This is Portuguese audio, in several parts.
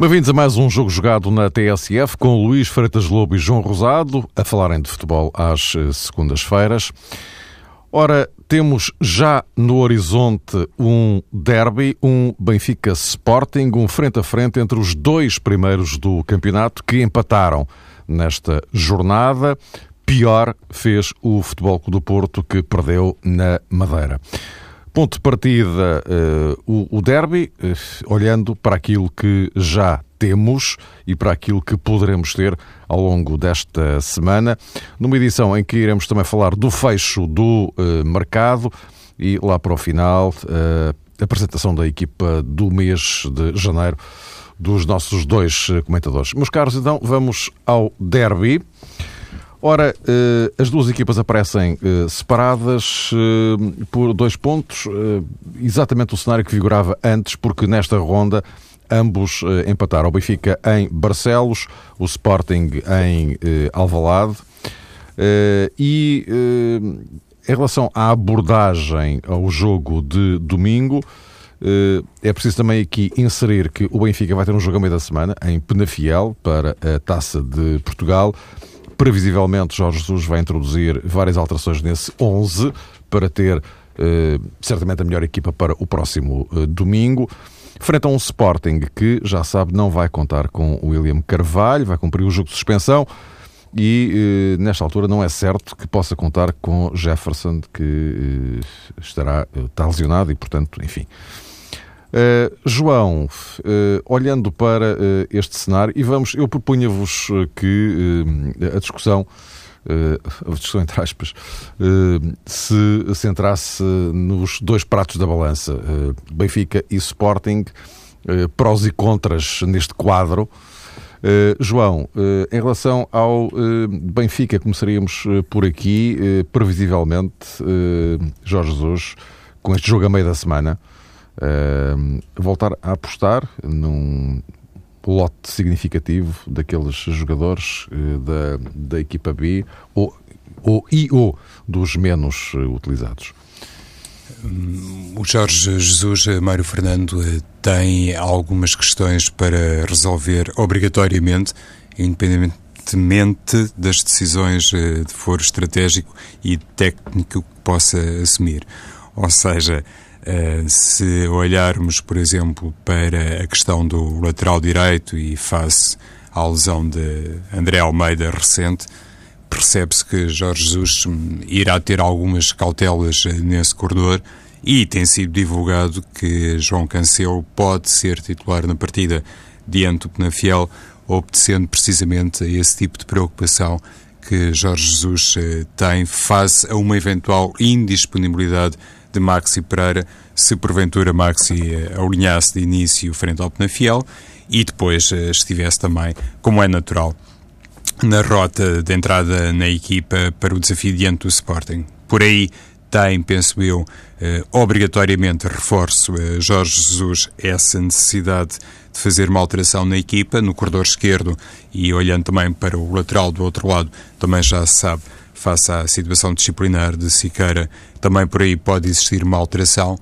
Bem-vindos a mais um Jogo Jogado na TSF, com Luís Freitas Lobo e João Rosado, a falarem de futebol às segundas-feiras. Ora, temos já no horizonte um derby, um Benfica Sporting, um frente a frente entre os dois primeiros do campeonato que empataram nesta jornada. Pior fez o Futebol Clube do Porto, que perdeu na Madeira. Ponto de partida, o derby, olhando para aquilo que já temos e para aquilo que poderemos ter ao longo desta semana, numa edição em que iremos também falar do fecho do mercado e lá para o final, a apresentação da equipa do mês de janeiro dos nossos dois comentadores. Meus caros, então vamos ao derby. Ora, as duas equipas aparecem separadas por 2 pontos, exatamente o cenário que vigorava antes, porque nesta ronda ambos empataram. O Benfica em Barcelos, o Sporting em Alvalade. Em relação à abordagem ao jogo de domingo, é preciso também aqui inserir que o Benfica vai ter um jogo a meio da semana em Penafiel para a Taça de Portugal. Previsivelmente, Jorge Jesus vai introduzir várias alterações nesse 11 para ter certamente a melhor equipa para o próximo domingo. Frente a um Sporting que, já sabe, não vai contar com o William Carvalho, vai cumprir o jogo de suspensão e, nesta altura, não é certo que possa contar com Jefferson, que está lesionado e, portanto, enfim. João, olhando para este cenário, e eu propunha-vos que a discussão entre aspas, se centrasse nos 2 pratos da balança, Benfica e Sporting, prós e contras neste quadro. João, em relação ao Benfica, começaríamos por aqui, previsivelmente, Jorge Jesus, com este jogo a meio da semana, voltar a apostar num lote significativo daqueles jogadores da equipa B ou dos menos utilizados. O Jorge Jesus, Mário Fernando, tem algumas questões para resolver obrigatoriamente, independentemente das decisões de foro estratégico e técnico que possa assumir. Ou seja, se olharmos, por exemplo, para a questão do lateral direito e face à lesão de André Almeida recente, percebe-se que Jorge Jesus irá ter algumas cautelas nesse corredor e tem sido divulgado que João Cancelo pode ser titular na partida diante do Penafiel, obedecendo precisamente a esse tipo de preocupação que Jorge Jesus tem face a uma eventual indisponibilidade de Maxi Pereira, se porventura Maxi alinhasse de início frente ao Penafiel e depois estivesse também, como é natural, na rota de entrada na equipa para o desafio diante do Sporting. Por aí tem, penso eu, obrigatoriamente, reforço Jorge Jesus essa necessidade de fazer uma alteração na equipa, no corredor esquerdo, e olhando também para o lateral do outro lado, também já se sabe, face à situação disciplinar de Siqueira, também por aí pode existir uma alteração.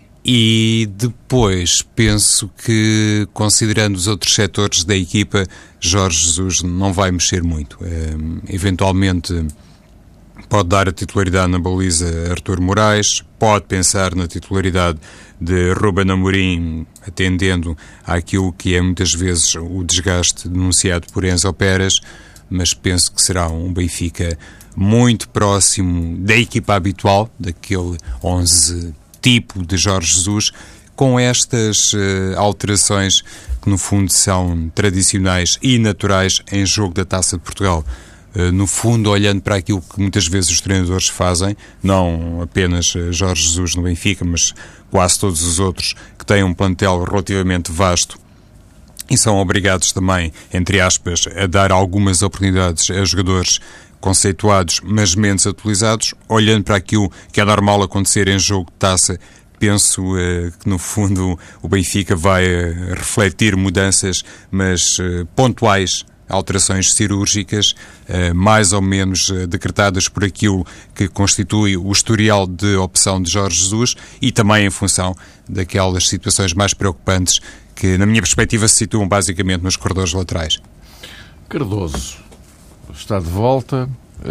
E depois penso que, considerando os outros setores da equipa, Jorge Jesus não vai mexer muito. Eventualmente pode dar a titularidade na baliza a Artur Moraes, pode pensar na titularidade de Ruben Amorim, atendendo àquilo que é muitas vezes o desgaste denunciado por Enzo Pérez, mas penso que será um Benfica muito próximo da equipa habitual, daquele 11 tipo de Jorge Jesus, com estas alterações que no fundo são tradicionais e naturais em jogo da Taça de Portugal. No fundo, olhando para aquilo que muitas vezes os treinadores fazem, não apenas Jorge Jesus no Benfica, mas quase todos os outros que têm um plantel relativamente vasto e são obrigados também, entre aspas, a dar algumas oportunidades a jogadores conceituados, mas menos atualizados, olhando para aquilo que é normal acontecer em jogo de taça, penso que no fundo o Benfica vai refletir mudanças, mas pontuais, alterações cirúrgicas, mais ou menos decretadas por aquilo que constitui o historial de opção de Jorge Jesus e também em função daquelas situações mais preocupantes que, na minha perspectiva, se situam basicamente nos corredores laterais. Cardoso está de volta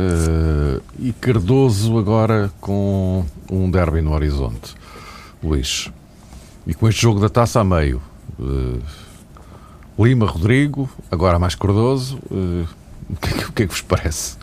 e Cardoso agora com um derby no horizonte. Luís, e com este jogo da taça a meio, Lima, Rodrigo, agora mais Cardoso, o que é que vos parece?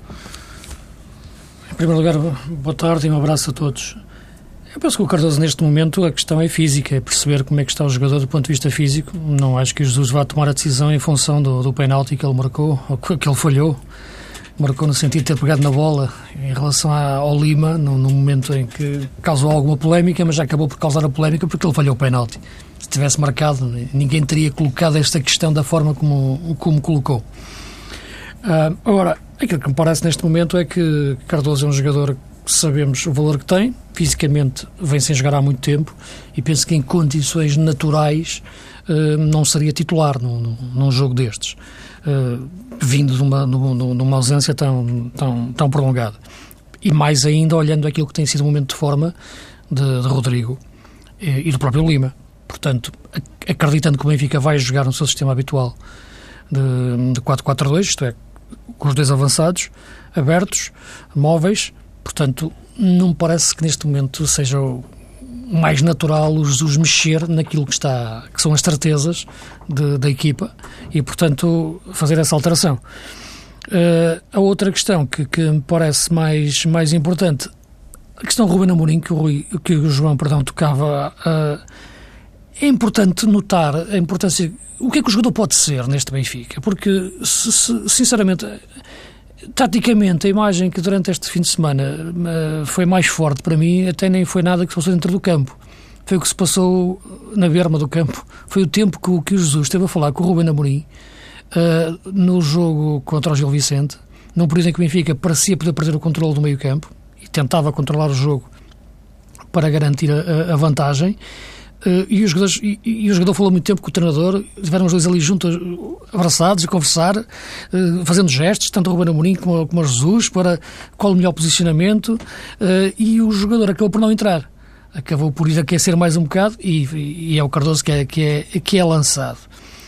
Em primeiro lugar, boa tarde e um abraço a todos. Eu penso que o Cardoso, neste momento, a questão é física, é perceber como é que está o jogador do ponto de vista físico. Não acho que o Jesus vá tomar a decisão em função do penalti que ele marcou, ou que ele falhou. Marcou no sentido de ter pegado na bola em relação ao Lima, no momento em que causou alguma polémica, mas já acabou por causar a polémica porque ele falhou o penalti. Se tivesse marcado, ninguém teria colocado esta questão da forma como colocou. Agora, aquilo que me parece neste momento é que Cardoso é um jogador que sabemos o valor que tem, fisicamente vem sem jogar há muito tempo e penso que em condições naturais não seria titular num jogo destes, vindo de uma ausência tão prolongada. E mais ainda olhando aquilo que tem sido o momento de forma de Rodrigo e do próprio Lima. Portanto, acreditando que o Benfica vai jogar no seu sistema habitual de 4-4-2, isto é, com os dois avançados, abertos, móveis, portanto, não me parece que neste momento seja o mais natural os mexer naquilo que são as certezas da equipa e, portanto, fazer essa alteração. A outra questão que me parece mais importante, a questão do Ruben Amorim, que o João tocava, é importante notar a importância, o que é que o jogador pode ser neste Benfica, porque, sinceramente, taticamente, a imagem que durante este fim de semana foi mais forte para mim, até nem foi nada que se passou dentro do campo. Foi o que se passou na berma do campo. Foi o tempo que o Jesus esteve a falar com o Ruben Amorim no jogo contra o Gil Vicente, num período em que o Benfica parecia poder perder o controle do meio campo e tentava controlar o jogo para garantir a vantagem. E o jogador falou muito tempo com o treinador, tiveram os dois ali juntos, abraçados, a conversar, fazendo gestos, tanto o Ruben Amorim como o Jesus, para qual o melhor posicionamento, e o jogador acabou por não entrar, acabou por ir aquecer mais um bocado, e é o Cardoso que é lançado.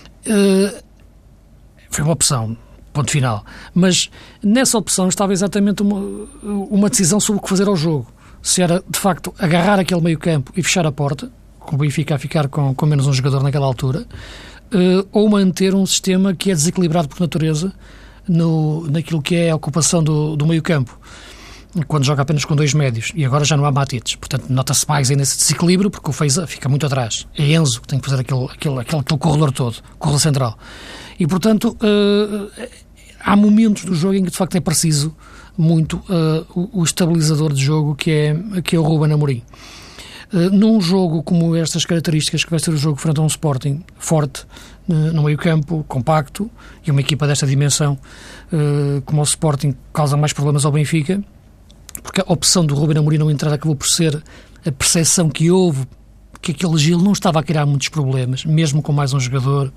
Foi uma opção, ponto final, mas nessa opção estava exatamente uma decisão sobre o que fazer ao jogo, se era de facto agarrar aquele meio campo e fechar a porta, com o Benfica a ficar com menos um jogador naquela altura, ou manter um sistema que é desequilibrado por natureza naquilo que é a ocupação do meio campo, quando joga apenas com dois médios, e agora já não há Matites, portanto nota-se mais ainda esse desequilíbrio, porque o Feiza fica muito atrás, é Enzo que tem que fazer aquele corredor todo, corredor central, e portanto há momentos do jogo em que de facto é preciso muito o estabilizador de jogo que é o Ruben Amorim. Num jogo como estas características, que vai ser o jogo frente a um Sporting forte, no meio campo, compacto, e uma equipa desta dimensão como o Sporting causa mais problemas ao Benfica, porque a opção do Ruben Amorim não entrar acabou por ser a percepção que houve que aquele Gil não estava a criar muitos problemas, mesmo com mais um jogador.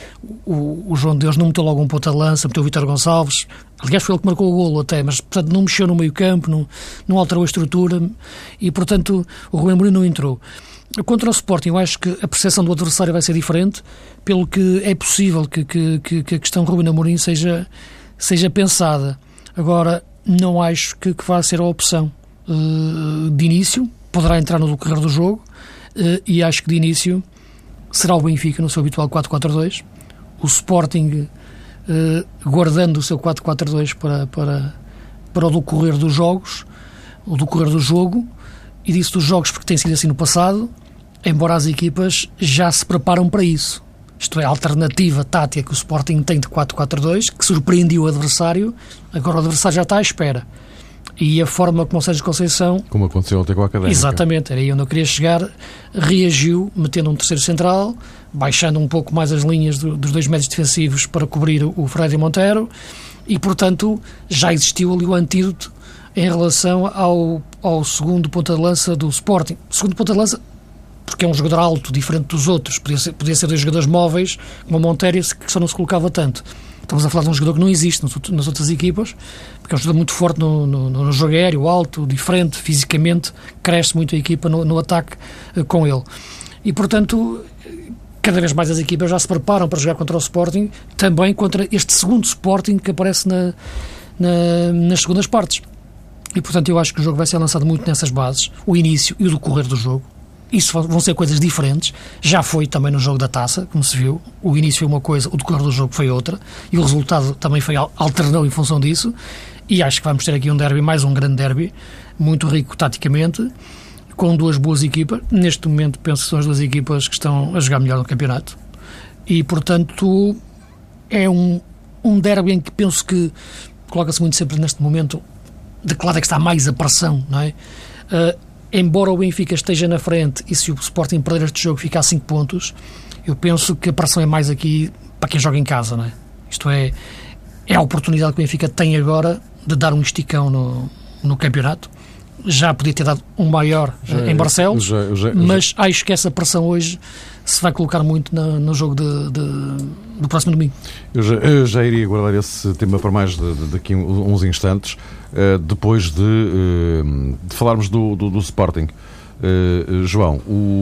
O João Deus não meteu logo um ponta de lança, meteu o Vítor Gonçalves, aliás foi ele que marcou o golo até, mas portanto não mexeu no meio campo, não alterou a estrutura e portanto o Ruben Amorim não entrou. Contra o Sporting eu acho que a percepção do adversário vai ser diferente, pelo que é possível que a questão Ruben Amorim seja pensada. Agora não acho que vá ser a opção de início, poderá entrar no decorrer do jogo, e acho que de início será o Benfica no seu habitual 4-4-2, o Sporting guardando o seu 4-4-2 para o decorrer dos jogos, o decorrer do jogo, e disse dos jogos porque tem sido assim no passado, embora as equipas já se preparam para isso. Isto é, a alternativa tática que o Sporting tem de 4-4-2, que surpreendeu o adversário, agora o adversário já está à espera. E a forma como o Sérgio Conceição... Como aconteceu ontem com a Académica. Exatamente, era aí onde eu queria chegar. Reagiu, metendo um terceiro central, baixando um pouco mais as linhas dos dois médios defensivos para cobrir o Fred e Monteiro, e, portanto, já existiu ali o antídoto em relação ao segundo ponta de lança do Sporting. O segundo ponta de lança, porque é um jogador alto, diferente dos outros. Podia ser dois jogadores móveis, como o Monteiro, que só não se colocava tanto. Estamos a falar de um jogador que não existe nas outras equipas, porque é um jogador muito forte no jogo aéreo, alto, diferente, fisicamente, cresce muito a equipa no ataque com ele. E, portanto, cada vez mais as equipas já se preparam para jogar contra o Sporting, também contra este segundo Sporting que aparece nas segundas partes. E, portanto, eu acho que o jogo vai ser lançado muito nessas bases, o início e o decorrer do jogo. Isso vão ser coisas diferentes. Já foi também no jogo da Taça, como se viu. O início foi uma coisa, o decorrer do jogo foi outra. E o resultado também alternou em função disso. E acho que vamos ter aqui um derby, mais um grande derby, muito rico taticamente, com duas boas equipas. Neste momento, penso que são as duas equipas que estão a jogar melhor no campeonato. E, portanto, é um derby em que penso que coloca-se muito sempre neste momento de que lado é que está mais a pressão, não é? Embora o Benfica esteja na frente e se o Sporting perder este jogo ficar a 5 pontos, eu penso que a pressão é mais aqui para quem joga em casa, não é? Isto é a oportunidade que o Benfica tem agora de dar um esticão no campeonato. Já podia ter dado um maior em Barcelos, mas acho que essa pressão hoje se vai colocar muito no jogo do próximo domingo. Eu já iria guardar esse tema para mais daqui uns instantes, depois de falarmos do Sporting. João,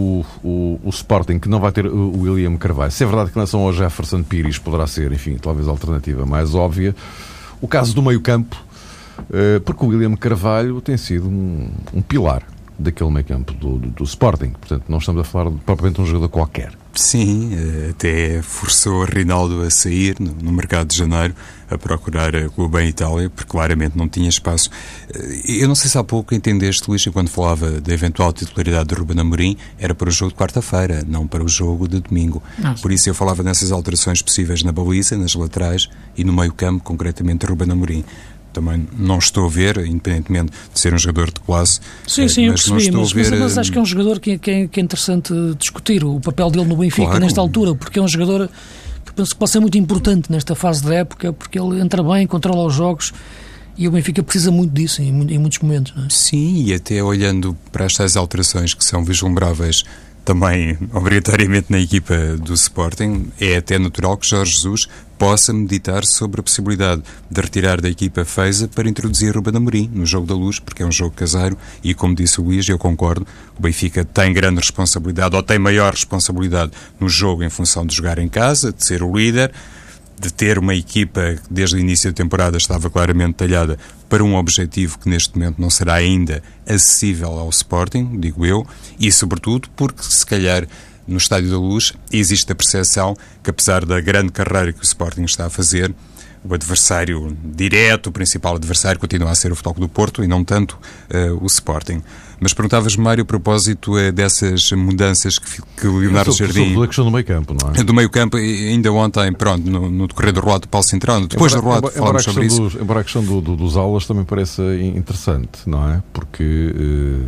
o Sporting que não vai ter o William Carvalho, se é verdade que em relação ao Jefferson Pires poderá ser, enfim, talvez a alternativa mais óbvia, o caso do meio-campo, porque o William Carvalho tem sido um pilar daquele meio-campo do Sporting, portanto não estamos a falar propriamente de um jogador qualquer. Sim, até forçou Rinaldo a sair no mercado de janeiro a procurar clube em Itália, porque claramente não tinha espaço. Eu não sei se há pouco entendeste, Luís, quando falava da eventual titularidade de Ruben Amorim, era para o jogo de quarta-feira, não para o jogo de domingo. Por isso eu falava nessas alterações possíveis na baliza, nas laterais e no meio-campo, concretamente Ruben Amorim. Também não estou a ver, independentemente de ser um jogador de classe. Sim, eu percebi, mas acho que é um jogador que é interessante discutir o papel dele no Benfica, claro, nesta altura, porque é um jogador que penso que pode ser muito importante nesta fase da época, porque ele entra bem, controla os jogos e o Benfica precisa muito disso em muitos momentos. Não é? Sim, e até olhando para estas alterações que são vislumbráveis também obrigatoriamente na equipa do Sporting, é até natural que Jorge Jesus possa meditar sobre a possibilidade de retirar da equipa Feza para introduzir Ruben Amorim no Jogo da Luz, porque é um jogo caseiro e, como disse o Luís, eu concordo, o Benfica tem grande responsabilidade, ou tem maior responsabilidade no jogo em função de jogar em casa, de ser o líder, de ter uma equipa que desde o início da temporada estava claramente talhada para um objetivo que neste momento não será ainda acessível ao Sporting, digo eu, e sobretudo porque se calhar no Estádio da Luz existe a percepção que, apesar da grande carreira que o Sporting está a fazer, o adversário direto, o principal adversário, continua a ser o Futebol Clube do Porto e não tanto o Sporting. Mas perguntavas-me, Mário, a propósito dessas mudanças que Leonardo Jardim... Sobre a questão do meio-campo, não é? Do meio-campo, ainda ontem, pronto, no decorrer do relato do Paulo Central, depois do relato falamos sobre isso. Embora a questão dos aulas também pareça interessante, não é? Porque...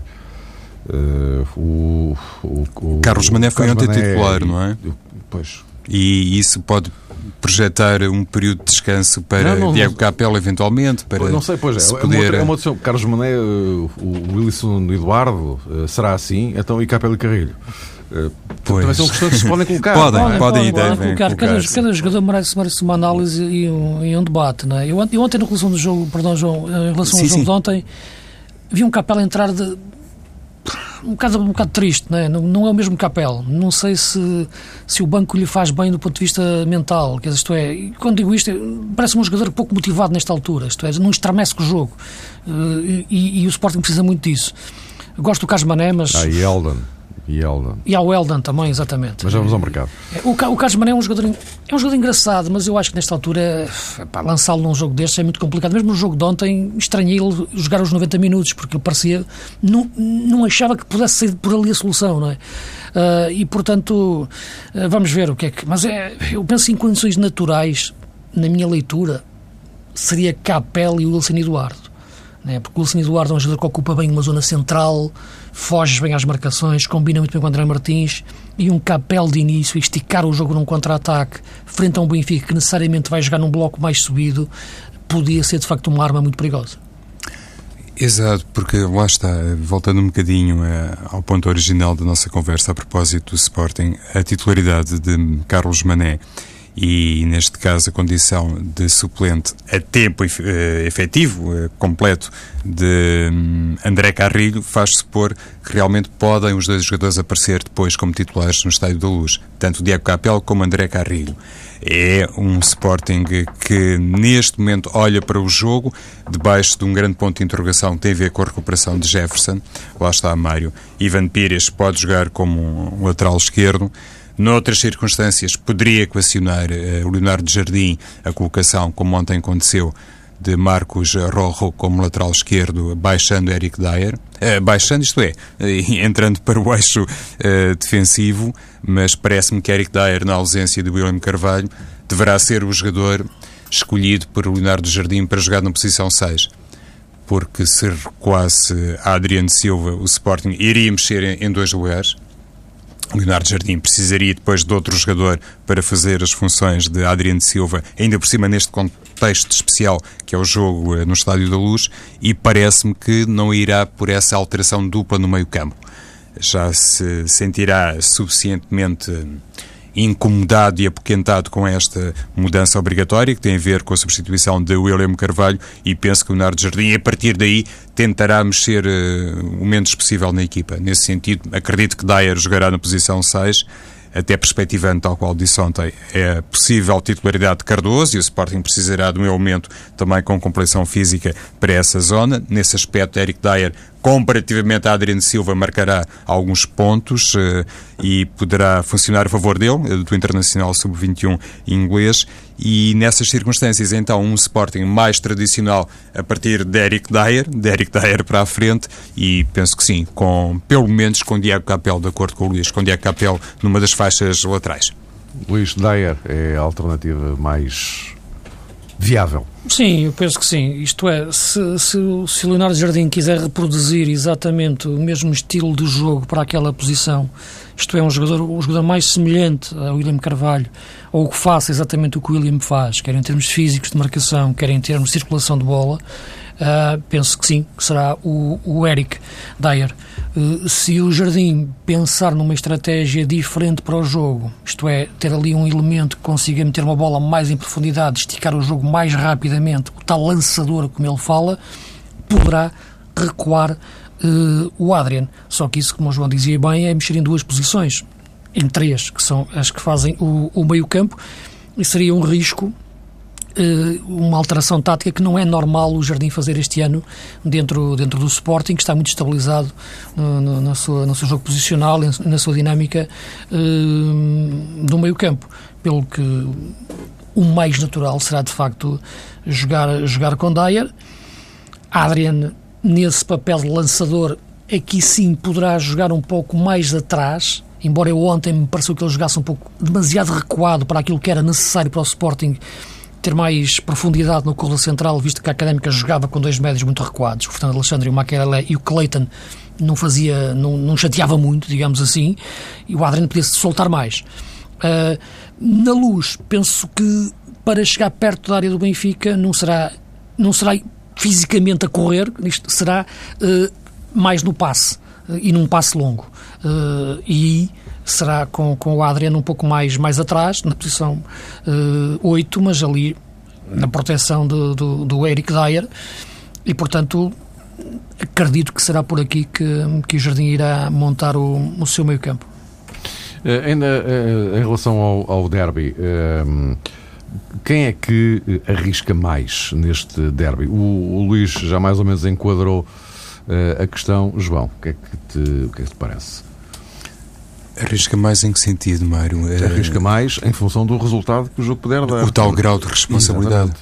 o Carlos Mané foi ontem titular, não é? Pois. E isso pode projetar um período de descanso para Diego Capela, eventualmente, para não sei, pois é uma opção. Carlos Mané, o Wilson Eduardo, será assim? Então, e Capela e Carrilho? Também são questões que se podem colocar. Podem e devem colocar. Cada jogador merece uma análise e um debate, não é? Eu ontem, na relação do jogo, perdão, João, em relação ao jogo de ontem, vi um Capela entrar um bocado triste, não é? Não é o mesmo Capel. Não sei se o banco lhe faz bem do ponto de vista mental. Isto é, quando digo isto, parece-me um jogador pouco motivado nesta altura. Isto é, não estremece com o jogo. E o Sporting precisa muito disso. Gosto do Carlos Mané, mas... E há o Eldon também, exatamente. Mas vamos ao mercado. O Carlos Mané é um jogador engraçado, mas eu acho que nesta altura lançá-lo num jogo destes é muito complicado. Mesmo no jogo de ontem, estranhei ele jogar os 90 minutos, porque ele parecia... Não achava que pudesse sair por ali a solução, não é? E, portanto, vamos ver o que é que... Mas eu penso em condições naturais, na minha leitura, seria Capel e o Wilson Eduardo. Porque o Wilson Eduardo é um jogador que ocupa bem uma zona central, foge bem às marcações, combina muito bem com o André Martins, e um Capel de início, esticar o jogo num contra-ataque frente a um Benfica que necessariamente vai jogar num bloco mais subido, podia ser de facto uma arma muito perigosa. Exato, porque lá está, voltando um bocadinho ao ponto original da nossa conversa a propósito do Sporting, a titularidade de Carlos Mané e neste caso a condição de suplente a tempo efetivo, completo, de André Carrilho, faz supor que realmente podem os dois jogadores aparecer depois como titulares no Estádio da Luz, tanto Diego Capel como André Carrilho. É um Sporting que neste momento olha para o jogo debaixo de um grande ponto de interrogação que tem a ver com a recuperação de Jefferson. Lá está Mário. Ivan Pires pode jogar como um lateral esquerdo. Noutras circunstâncias poderia equacionar o Leonardo Jardim a colocação, como ontem aconteceu, de Marcos Rojo como lateral esquerdo, baixando Eric Dier, entrando para o eixo defensivo, mas parece-me que Eric Dier, na ausência de William Carvalho, deverá ser o jogador escolhido por Leonardo Jardim para jogar na posição 6. Porque se recuasse a Adriano Silva, o Sporting iria mexer em dois lugares. Leonardo Jardim precisaria depois de outro jogador para fazer as funções de Adriano Silva, ainda por cima neste contexto especial que é o jogo no Estádio da Luz, e parece-me que não irá por essa alteração dupla no meio-campo. Já se sentirá suficientemente incomodado e apoquentado com esta mudança obrigatória que tem a ver com a substituição de William Carvalho, e penso que o Leonardo Jardim a partir daí tentará mexer o menos possível na equipa. Nesse sentido, acredito que Dier jogará na posição 6, até perspectivando, tal qual disse ontem, é possível titularidade de Cardoso, e o Sporting precisará de um elemento também com complexão física para essa zona. Nesse aspecto, Eric Dier, comparativamente a Adriano Silva, marcará alguns pontos e poderá funcionar a favor dele, do Internacional Sub-21 inglês, e nessas circunstâncias, então, um Sporting mais tradicional a partir de Eric Dier para a frente, e penso que sim, pelo menos com Diego Capel, de acordo com o Luís, com Diego Capel numa das faixas laterais. Luís, Dier é a alternativa mais viável? Sim, eu penso que sim. Isto é, se o Leonardo Jardim quiser reproduzir exatamente o mesmo estilo de jogo para aquela posição, isto é, um jogador mais semelhante a William Carvalho, ou que faça exatamente o que o William faz, quer em termos físicos de marcação, quer em termos de circulação de bola, penso que sim, que será o Eric Dier. Se o Jardim pensar numa estratégia diferente para o jogo, isto é, ter ali um elemento que consiga meter uma bola mais em profundidade, esticar o jogo mais rapidamente, o tal lançador como ele fala, poderá recuar o Adrian. Só que isso, como o João dizia bem, é mexer em duas posições, em três, que são as que fazem o meio-campo, e seria um risco, uma alteração tática que não é normal o Jardim fazer este ano dentro do Sporting, que está muito estabilizado no seu jogo posicional, na sua dinâmica do meio-campo. Pelo que o mais natural será, de facto, jogar com Dier. Adrian, nesse papel de lançador, aqui sim poderá jogar um pouco mais atrás, embora eu ontem me pareceu que ele jogasse um pouco demasiado recuado para aquilo que era necessário para o Sporting ter mais profundidade no corredor central, visto que a Académica jogava com dois médios muito recuados, o Fernando Alexandre e o Makelele, e o Clayton não chateava muito, digamos assim, e o Adriano podia-se soltar mais. Na Luz, penso que para chegar perto da área do Benfica não será fisicamente a correr, isto será mais no passe, e num passe longo, e será com o Adriano um pouco mais atrás, na posição 8, mas ali na proteção do Eric Dier, e portanto acredito que será por aqui que o Jardim irá montar o seu meio campo. Ainda em relação ao derby, quem é que arrisca mais neste derby? O Luís já mais ou menos enquadrou a questão. João, o que é que te parece? Arrisca mais em que sentido, Mário? Arrisca mais em função do resultado que o jogo puder dar. O tal grau de responsabilidade.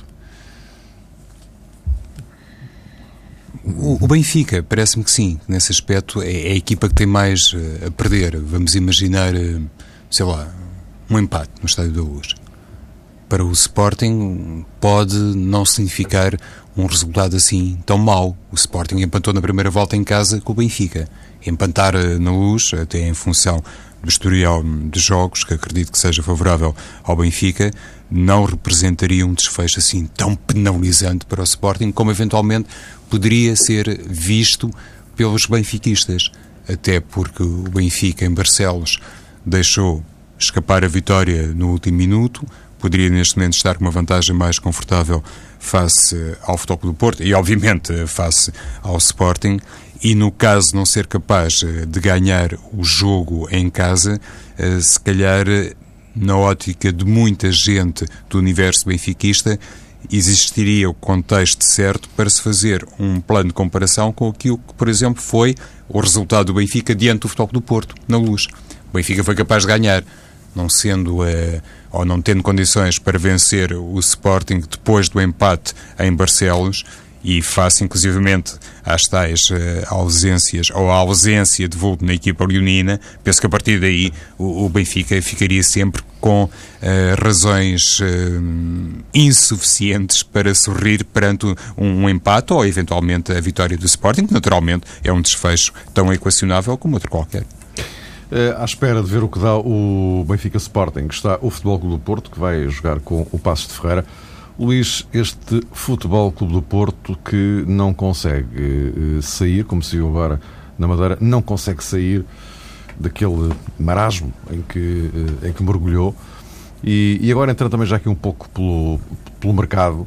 O Benfica, parece-me que sim, nesse aspecto é a equipa que tem mais a perder. Vamos imaginar, sei lá, um empate no Estádio da Luz. Para o Sporting pode não significar um resultado assim tão mau. O Sporting empatou na primeira volta em casa com o Benfica. Empatar na Luz, até em função do historial de jogos, que acredito que seja favorável ao Benfica, não representaria um desfecho assim tão penalizante para o Sporting como eventualmente poderia ser visto pelos benfiquistas, até porque o Benfica em Barcelos deixou escapar a vitória no último minuto, poderia neste momento estar com uma vantagem mais confortável face ao Futebol Clube do Porto e, obviamente, face ao Sporting. E no caso de não ser capaz de ganhar o jogo em casa, se calhar, na ótica de muita gente do universo benfiquista, existiria o contexto certo para se fazer um plano de comparação com aquilo que, por exemplo, foi o resultado do Benfica diante do Futebol Clube do Porto, na Luz. O Benfica foi capaz de ganhar, não sendo ou não tendo condições para vencer o Sporting depois do empate em Barcelos, e face inclusivamente às tais ausências ou à ausência de vulto na equipa leonina. Penso que a partir daí o Benfica ficaria sempre com razões insuficientes para sorrir perante um empate ou eventualmente a vitória do Sporting, que naturalmente é um desfecho tão equacionável como outro qualquer. À espera de ver o que dá o Benfica Sporting, está o Futebol Clube do Porto, que vai jogar com o Paços de Ferreira. Luís, este Futebol Clube do Porto que não consegue sair, como se viu agora na Madeira, não consegue sair daquele marasmo em que mergulhou, e agora entrando também já aqui um pouco pelo mercado,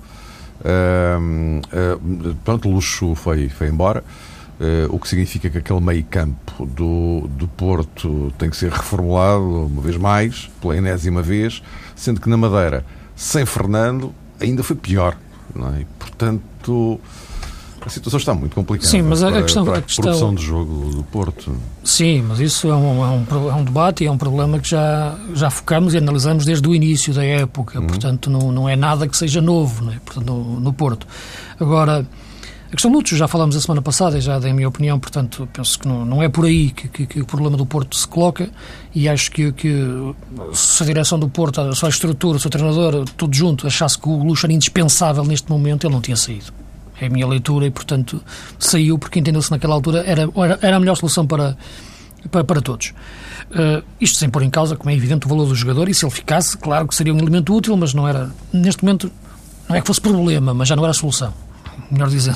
pronto, o Luxo foi embora, o que significa que aquele meio campo do Porto tem que ser reformulado uma vez mais, pela enésima vez, sendo que na Madeira, sem Fernando, ainda foi pior, não é? E, portanto, a situação está muito complicada. Sim, mas para a questão produção de jogo do Porto. Sim, mas isso é um debate e é um problema que já focamos e analisamos desde o início da época. Portanto, não é nada que seja novo, não é? Portanto, no Porto. Agora, a questão do Lúcio, já falámos a semana passada e já dei a minha opinião, portanto, penso que não é por aí que o problema do Porto se coloca, e acho que se a direção do Porto, a sua estrutura, o seu treinador, tudo junto, achasse que o Lúcio era indispensável neste momento, ele não tinha saído. É a minha leitura e, portanto, saiu porque entendeu-se naquela altura era a melhor solução para todos. Isto sem pôr em causa, como é evidente, o valor do jogador, e se ele ficasse, claro que seria um elemento útil, mas não era, neste momento, não é que fosse problema, mas já não era a solução. Melhor dizendo.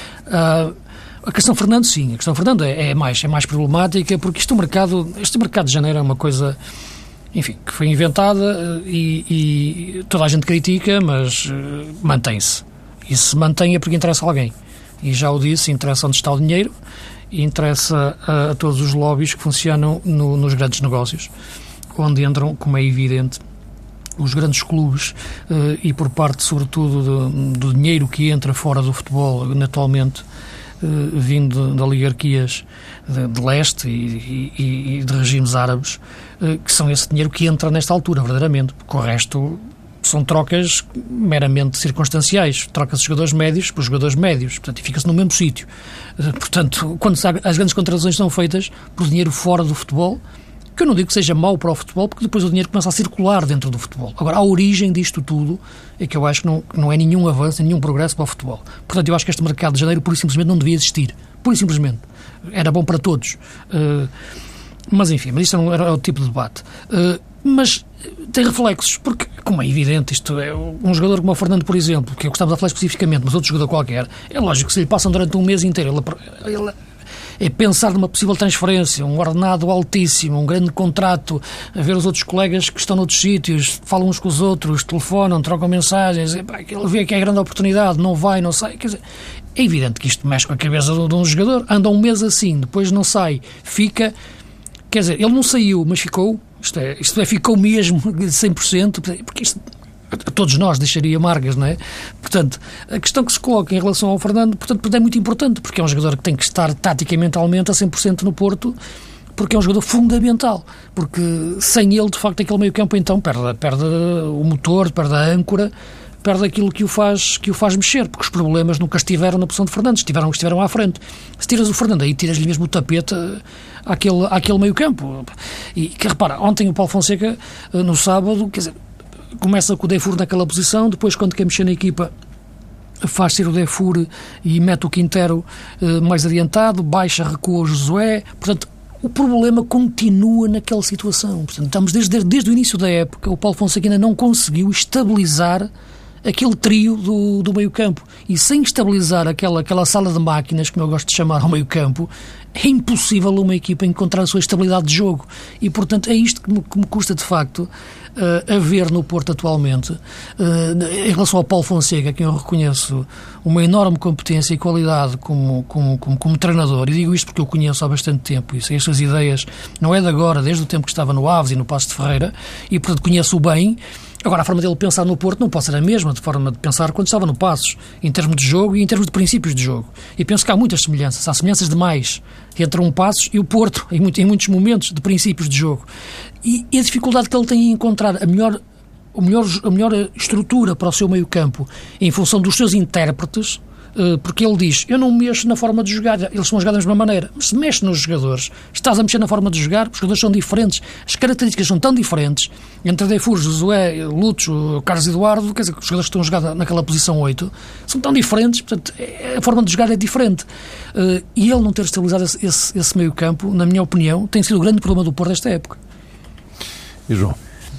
A questão Fernando, sim. A questão Fernando é mais problemática, porque este mercado de janeiro é uma coisa, enfim, que foi inventada e toda a gente critica, mas mantém-se. E se mantém é porque interessa a alguém. E já o disse, interessa onde está o dinheiro e interessa a todos os lobbies que funcionam nos grandes negócios, onde entram, como é evidente, os grandes clubes e por parte, sobretudo, do dinheiro que entra fora do futebol atualmente, vindo de oligarquias de leste e de regimes árabes, que são esse dinheiro que entra nesta altura, verdadeiramente, porque o resto são trocas meramente circunstanciais, troca-se jogadores médios por jogadores médios, portanto, e fica-se no mesmo sítio. Portanto, quando as grandes contratações são feitas por dinheiro fora do futebol, que eu não digo que seja mau para o futebol, porque depois o dinheiro começa a circular dentro do futebol. Agora, a origem disto tudo é que eu acho que não é nenhum avanço, nenhum progresso para o futebol. Portanto, eu acho que este mercado de janeiro, pura e simplesmente, não devia existir. Pura e simplesmente. Era bom para todos. Mas, enfim, isto é o tipo de debate. Mas tem reflexos, porque, como é evidente, isto é um jogador como o Fernando, por exemplo, que eu gostava de falar especificamente, mas outro jogador qualquer, é lógico que se lhe passam durante um mês inteiro, ele é pensar numa possível transferência, um ordenado altíssimo, um grande contrato, a ver os outros colegas que estão noutros sítios, falam uns com os outros, telefonam, trocam mensagens, ele vê que é grande oportunidade, não vai, não sai. Quer dizer, é evidente que isto mexe com a cabeça de um jogador, anda um mês assim, depois não sai, fica. Quer dizer, ele não saiu, mas ficou. Isto é ficou mesmo 100%, porque isto a todos nós deixaria marcas, não é? Portanto, a questão que se coloca em relação ao Fernando, portanto, é muito importante, porque é um jogador que tem que estar taticamente e mentalmente a 100% no Porto, porque é um jogador fundamental, porque sem ele, de facto, aquele meio campo, então, perde o motor, perde a âncora, perde aquilo que o faz mexer, porque os problemas nunca estiveram na posição de Fernando, estiveram à frente. Se tiras o Fernando, aí tiras-lhe mesmo o tapete àquele meio campo. E que, repara, ontem o Paulo Fonseca, no sábado, quer dizer, começa com o Defur naquela posição, depois, quando quer mexer na equipa, faz ser o Defur e mete o Quintero mais adiantado, baixa, recua o Josué. Portanto, o problema continua naquela situação. Portanto, estamos desde o início da época, o Paulo Fonseca ainda não conseguiu estabilizar aquele trio do meio-campo. E sem estabilizar aquela sala de máquinas, como eu gosto de chamar ao meio-campo, é impossível uma equipa encontrar a sua estabilidade de jogo. E, portanto, é isto que me custa, de facto, a ver no Porto atualmente. Em relação ao Paulo Fonseca, a quem eu reconheço uma enorme competência e qualidade como treinador, e digo isto porque eu conheço há bastante tempo, e sei as suas ideias, não é de agora, desde o tempo que estava no Aves e no Paços de Ferreira, e, portanto, conheço-o bem. Agora, a forma dele pensar no Porto não pode ser a mesma de forma de pensar quando estava no Paços, em termos de jogo e em termos de princípios de jogo. E penso que há muitas semelhanças, há semelhanças demais entre um Paços e o Porto, em muitos momentos de princípios de jogo. E a dificuldade que ele tem em encontrar a melhor estrutura para o seu meio-campo em função dos seus intérpretes, porque ele diz, eu não mexo na forma de jogar, eles são jogados da mesma maneira, mas se mexe nos jogadores, estás a mexer na forma de jogar, os jogadores são diferentes, as características são tão diferentes, entre Deifur, Josué, Lúcio, Carlos Eduardo, quer dizer, os jogadores que estão a jogar naquela posição 8, são tão diferentes, portanto, a forma de jogar é diferente. E ele não ter estabilizado esse meio campo, na minha opinião, tem sido o grande problema do Porto desta época. E João?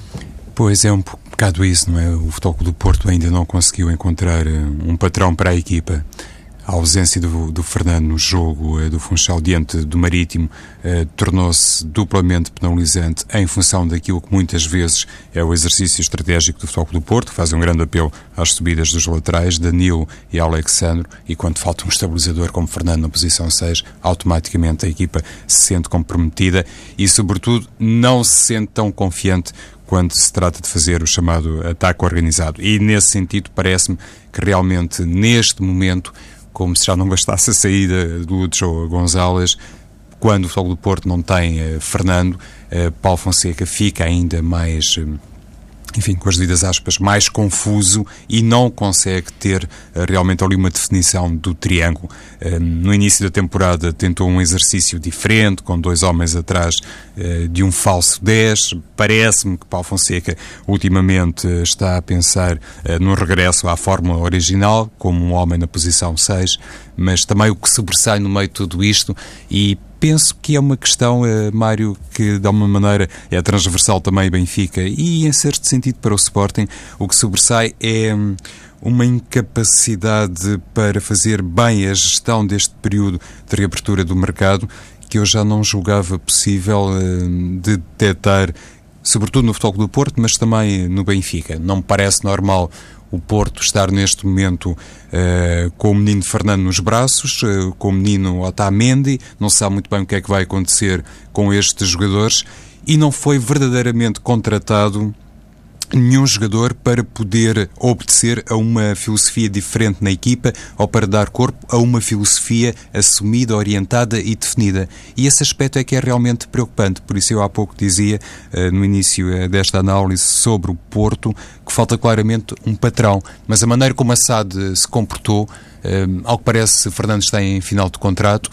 Pois é, um bocado isso, não é? O Futebol Clube do Porto ainda não conseguiu encontrar um patrão para a equipa. A ausência do Fernando no jogo do Funchal diante do Marítimo tornou-se duplamente penalizante em função daquilo que muitas vezes é o exercício estratégico do Futebol Clube do Porto. Faz um grande apelo às subidas dos laterais, Danilo e Alexandre, e quando falta um estabilizador como Fernando na posição 6, automaticamente a equipa se sente comprometida e, sobretudo, não se sente tão confiante quando se trata de fazer o chamado ataque organizado. E, nesse sentido, parece-me que realmente, neste momento, como se já não bastasse a saída do Lúcio Gonzalez, quando o Futebol do Porto não tem Fernando, Paulo Fonseca fica ainda mais, enfim, com as devidas aspas, mais confuso e não consegue ter realmente ali uma definição do triângulo. No início da temporada tentou um exercício diferente, com 2 homens atrás de um falso 10. Parece-me que Paulo Fonseca ultimamente está a pensar no regresso à fórmula original, como um homem na posição 6, mas também o que sobressai no meio de tudo isto, e penso que é uma questão, Mário, que de alguma maneira é transversal também Benfica e em certo sentido para o Sporting. O que sobressai é uma incapacidade para fazer bem a gestão deste período de reabertura do mercado que eu já não julgava possível de detectar, sobretudo no Futebol Clube do Porto, mas também no Benfica. Não me parece normal o Porto estar neste momento com o menino Fernando nos braços, com o menino Otamendi, não se sabe muito bem o que é que vai acontecer com estes jogadores, e não foi verdadeiramente contratado nenhum jogador para poder obedecer a uma filosofia diferente na equipa ou para dar corpo a uma filosofia assumida, orientada e definida. E esse aspecto é que é realmente preocupante. Por isso eu há pouco dizia, no início desta análise sobre o Porto, que falta claramente um patrão. Mas a maneira como a SAD se comportou, ao que parece, Fernando está em final de contrato,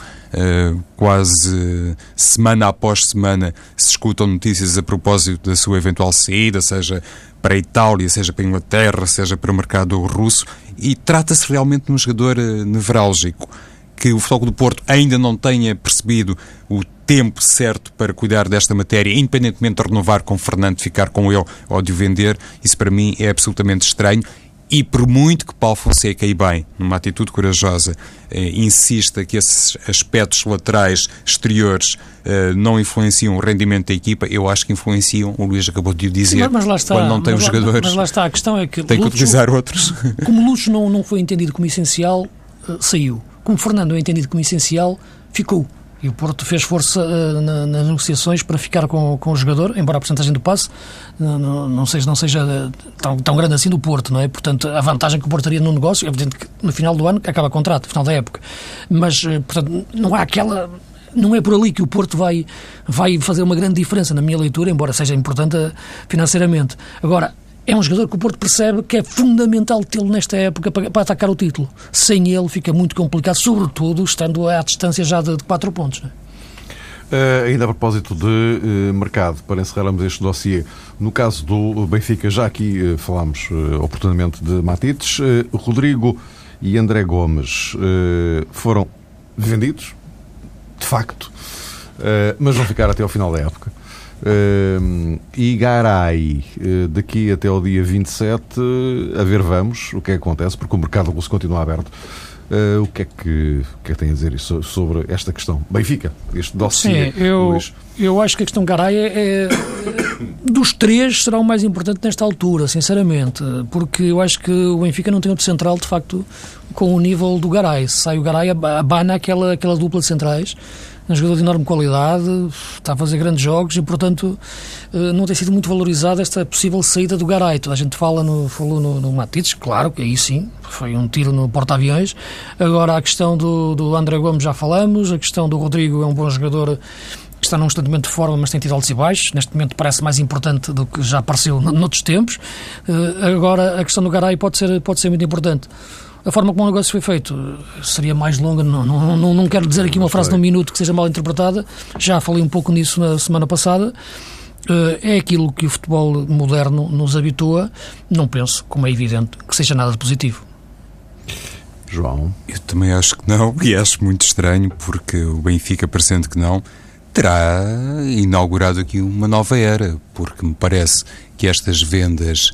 quase semana após semana se escutam notícias a propósito da sua eventual saída, seja para a Itália, seja para a Inglaterra, seja para o mercado russo, e trata-se realmente de um jogador nevrálgico, que o Futebol do Porto ainda não tenha percebido o tempo certo para cuidar desta matéria, independentemente de renovar com Fernando, ficar com ele ou de o vender. Isso para mim é absolutamente estranho. E por muito que Paulo Fonseca, e bem, numa atitude corajosa, insista que esses aspectos laterais exteriores não influenciam o rendimento da equipa, eu acho que influenciam, o Luís acabou de o dizer, mas lá está, quando não tem os jogadores. Mas lá está, a questão é que tem que utilizar outros. Como Lúcio não foi entendido como essencial, saiu. Como Fernando é entendido como essencial, ficou. E o Porto fez força nas negociações para ficar com o jogador, embora a porcentagem do passe não seja tão grande assim do Porto, não é? Portanto, a vantagem que o Porto teria no negócio, é evidente que no final do ano acaba o contrato, no final da época. Mas, portanto, não é por ali que o Porto vai fazer uma grande diferença, na minha leitura, embora seja importante financeiramente. Agora, é um jogador que o Porto percebe que é fundamental tê-lo nesta época para atacar o título. Sem ele fica muito complicado, sobretudo estando à distância já de 4 pontos. Não é? Ainda a propósito de mercado, para encerrarmos este dossiê, no caso do Benfica, já aqui falámos oportunamente de Matites, Rodrigo e André Gomes foram vendidos, de facto, mas vão ficar até ao final da época. E Garay, daqui até ao dia 27, a ver, vamos o que é que acontece, porque o mercado russo continua aberto. O que é que tem a dizer isso, sobre esta questão? Benfica, este dossiê. Sim, eu acho que a questão Garay dos três será o mais importante nesta altura, sinceramente, porque eu acho que o Benfica não tem outro central, de facto, com o nível do Garay. Se sai o Garay, abana aquela dupla de centrais. Um jogador de enorme qualidade, está a fazer grandes jogos e, portanto, não tem sido muito valorizada esta possível saída do Garay. Toda a gente falou no Matites, claro, que aí sim, foi um tiro no porta-aviões. Agora, a questão do André Gomes já falamos, a questão do Rodrigo é um bom jogador que está num constante momento de forma, mas tem tido altos e baixos. Neste momento parece mais importante do que já apareceu noutros tempos. Agora, a questão do Garay pode ser muito importante. A forma como o negócio foi feito seria mais longa, não quero dizer aqui uma frase de um minuto que seja mal interpretada, já falei um pouco nisso na semana passada. É aquilo que o futebol moderno nos habitua, não penso, como é evidente, que seja nada de positivo. João? Eu também acho que não, e acho muito estranho, porque o Benfica, parecendo que não, terá inaugurado aqui uma nova era, porque me parece que estas vendas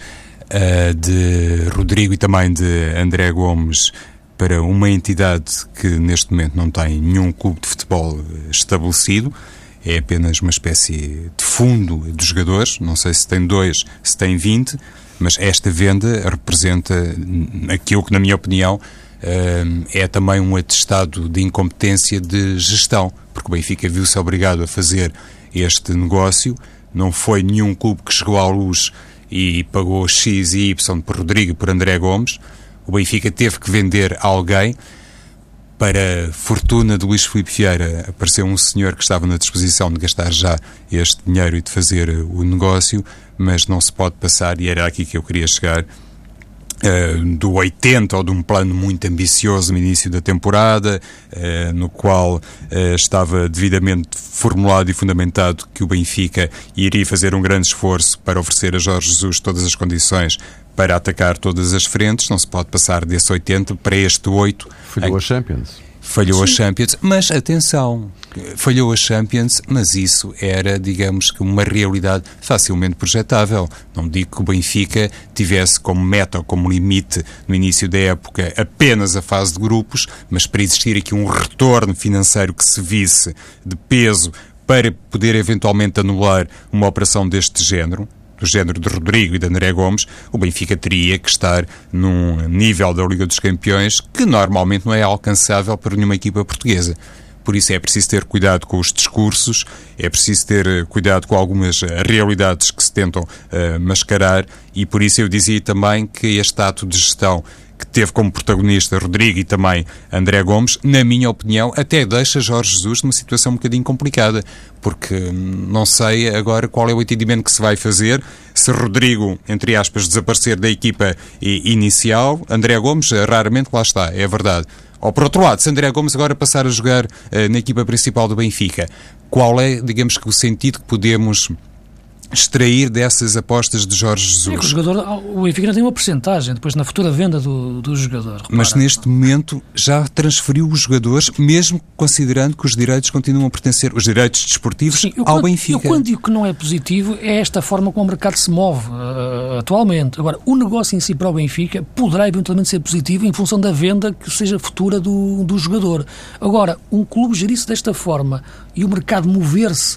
de Rodrigo e também de André Gomes para uma entidade que neste momento não tem nenhum clube de futebol estabelecido, é apenas uma espécie de fundo de jogadores, não sei se tem 2, se tem 20, mas esta venda representa aquilo que, na minha opinião, é também um atestado de incompetência de gestão, porque o Benfica viu-se obrigado a fazer este negócio, não foi nenhum clube que chegou à luz e pagou X e Y por Rodrigo e por André Gomes. O Benfica teve que vender a alguém. Para fortuna de Luís Filipe Vieira, apareceu um senhor que estava na disposição de gastar já este dinheiro e de fazer o negócio, mas não se pode passar, e era aqui que eu queria chegar, do 80 ou de um plano muito ambicioso no início da temporada, no qual estava devidamente formulado e fundamentado que o Benfica iria fazer um grande esforço para oferecer a Jorge Jesus todas as condições para atacar todas as frentes. Não se pode passar desse 80 para este 8. Falhou a Champions. Falhou a Champions, mas atenção, falhou a Champions, mas isso era, digamos que, uma realidade facilmente projetável. Não digo que o Benfica tivesse como meta ou como limite no início da época apenas a fase de grupos, mas para existir aqui um retorno financeiro que se visse de peso para poder eventualmente anular uma operação deste género, do género de Rodrigo e de André Gomes, o Benfica teria que estar num nível da Liga dos Campeões que normalmente não é alcançável por nenhuma equipa portuguesa. Por isso é preciso ter cuidado com os discursos, é preciso ter cuidado com algumas realidades que se tentam mascarar, e por isso eu dizia também que este ato de gestão que teve como protagonista Rodrigo e também André Gomes, na minha opinião, até deixa Jorge Jesus numa situação um bocadinho complicada, porque não sei agora qual é o entendimento que se vai fazer, se Rodrigo, entre aspas, desaparecer da equipa inicial, André Gomes raramente lá está, é verdade. Ou, por outro lado, se André Gomes agora passar a jogar na equipa principal do Benfica, qual é, digamos que, o sentido que podemos extrair dessas apostas de Jorge Jesus? O Benfica não tem uma percentagem depois na futura venda do jogador. Repara. Mas neste momento já transferiu os jogadores, mesmo considerando que os direitos continuam a pertencer, os direitos desportivos, ao Benfica. Eu quando digo que não é positivo, é esta forma como o mercado se move atualmente. Agora, o negócio em si para o Benfica poderá eventualmente ser positivo em função da venda que seja futura do jogador. Agora, um clube gerir-se desta forma e o mercado mover-se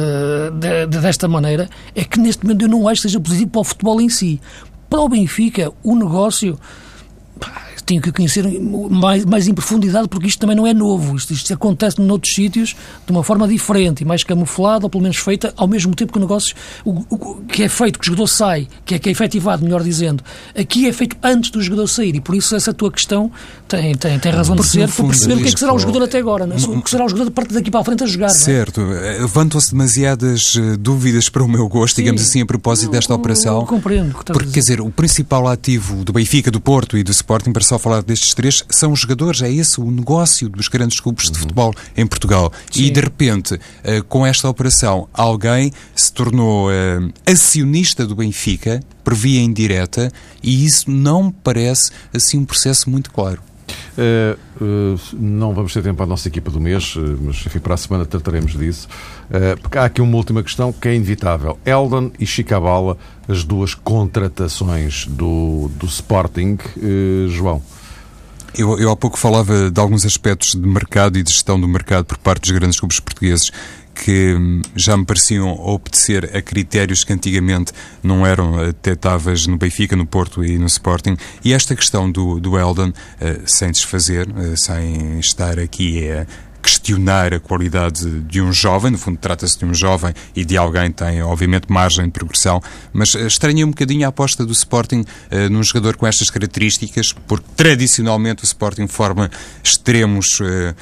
desta maneira, é que neste momento eu não acho que seja positivo para o futebol em si. Para o Benfica, o negócio, tenho que conhecer mais em profundidade, porque isto também não é novo. Isto acontece noutros sítios de uma forma diferente e mais camuflada, ou pelo menos feita ao mesmo tempo que o negócio que é feito, que o jogador sai, que é efetivado, melhor dizendo. Aqui é feito antes do jogador sair, e por isso essa tua questão tem razão de ser, para perceber o que é que será o jogador até agora, não é? O que será o jogador a partir daqui para a frente a jogar. Certo. Levantam-se demasiadas dúvidas para o meu gosto, digamos assim, a propósito desta operação. Eu compreendo o que estás a dizer. Porque, quer dizer, o principal ativo do Benfica, do Porto e do Sporting, para só falar destes três, são os jogadores. É esse o negócio dos grandes clubes de futebol em Portugal. Sim. E, de repente, com esta operação, alguém se tornou acionista do Benfica, por via indireta, e isso não me parece, assim, um processo muito claro. Não vamos ter tempo para a nossa equipa do mês, mas enfim, para a semana trataremos disso. Porque há aqui uma última questão que é inevitável. Eldon e Chicabala, as duas contratações do Sporting. João? Eu há pouco falava de alguns aspectos de mercado e de gestão do mercado por parte dos grandes clubes portugueses que já me pareciam obedecer a critérios que antigamente não eram detectáveis no Benfica, no Porto e no Sporting. E esta questão do Eldon, sem desfazer, sem estar aqui a questionar a qualidade de um jovem, no fundo trata-se de um jovem e de alguém que tem, obviamente, margem de progressão, mas estranhei um bocadinho a aposta do Sporting num jogador com estas características, porque tradicionalmente o Sporting forma extremos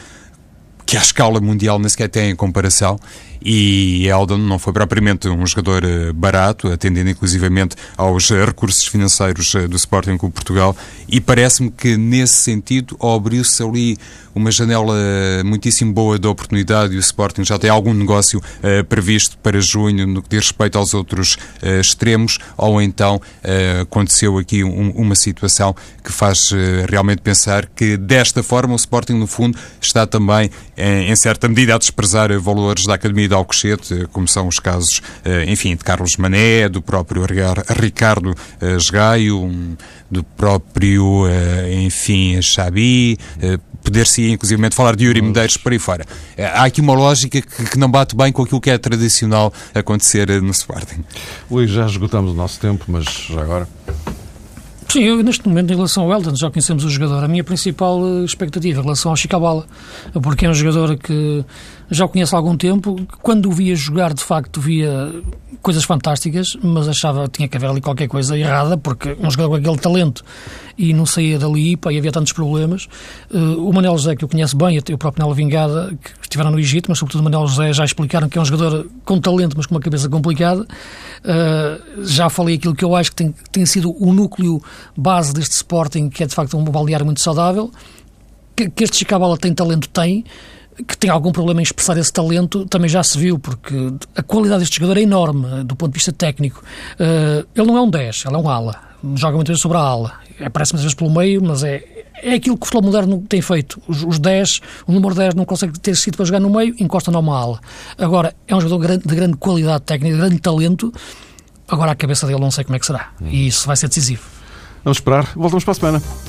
que à escala mundial nem sequer tem em comparação, e Eldon não foi propriamente um jogador barato, atendendo inclusivamente aos recursos financeiros do Sporting Clube Portugal, e parece-me que nesse sentido abriu-se ali uma janela muitíssimo boa de oportunidade, e o Sporting já tem algum negócio previsto para junho no que diz respeito aos outros extremos, ou então aconteceu aqui uma situação que faz realmente pensar que desta forma o Sporting no fundo está também em certa medida a desprezar valores da Academia de Alcochete, como são os casos, enfim, de Carlos Mané, do próprio Ricardo Esgaio, do próprio, enfim, Xabi, poder-se inclusive falar de Yuri Medeiros por aí fora. Há aqui uma lógica que não bate bem com aquilo que é tradicional acontecer no Sporting. Luís, já esgotamos o nosso tempo, mas já agora... Sim, eu neste momento, em relação ao Eldon, já conhecemos o jogador. A minha principal expectativa em relação ao Chicabala, porque é um jogador que já o conheço há algum tempo. Quando o via jogar, de facto, via coisas fantásticas, mas achava que tinha que haver ali qualquer coisa errada, porque um jogador com aquele talento e não saía dali, pá, e havia tantos problemas. O Manel José, que eu conheço bem, até o próprio Nela Vingada, que estiveram no Egito, mas sobretudo o Manel José, já explicaram que é um jogador com talento, mas com uma cabeça complicada. Já falei aquilo que eu acho que tem sido o núcleo base deste Sporting, que é de facto um balneário muito saudável. Que este Chicabala tem talento, que tem algum problema em expressar esse talento, também já se viu, porque a qualidade deste jogador é enorme do ponto de vista técnico. Ele não é um 10, ele é um ala, joga muitas vezes sobre a ala, aparece muitas vezes pelo meio, mas é aquilo que o futebol moderno tem feito. Os 10, o número 10 não consegue ter sido para jogar no meio, encosta numa ala. Agora, é um jogador de grande qualidade técnica, de grande talento. Agora a cabeça dele não sei como é que será, e isso vai ser decisivo. Vamos esperar, voltamos para a semana.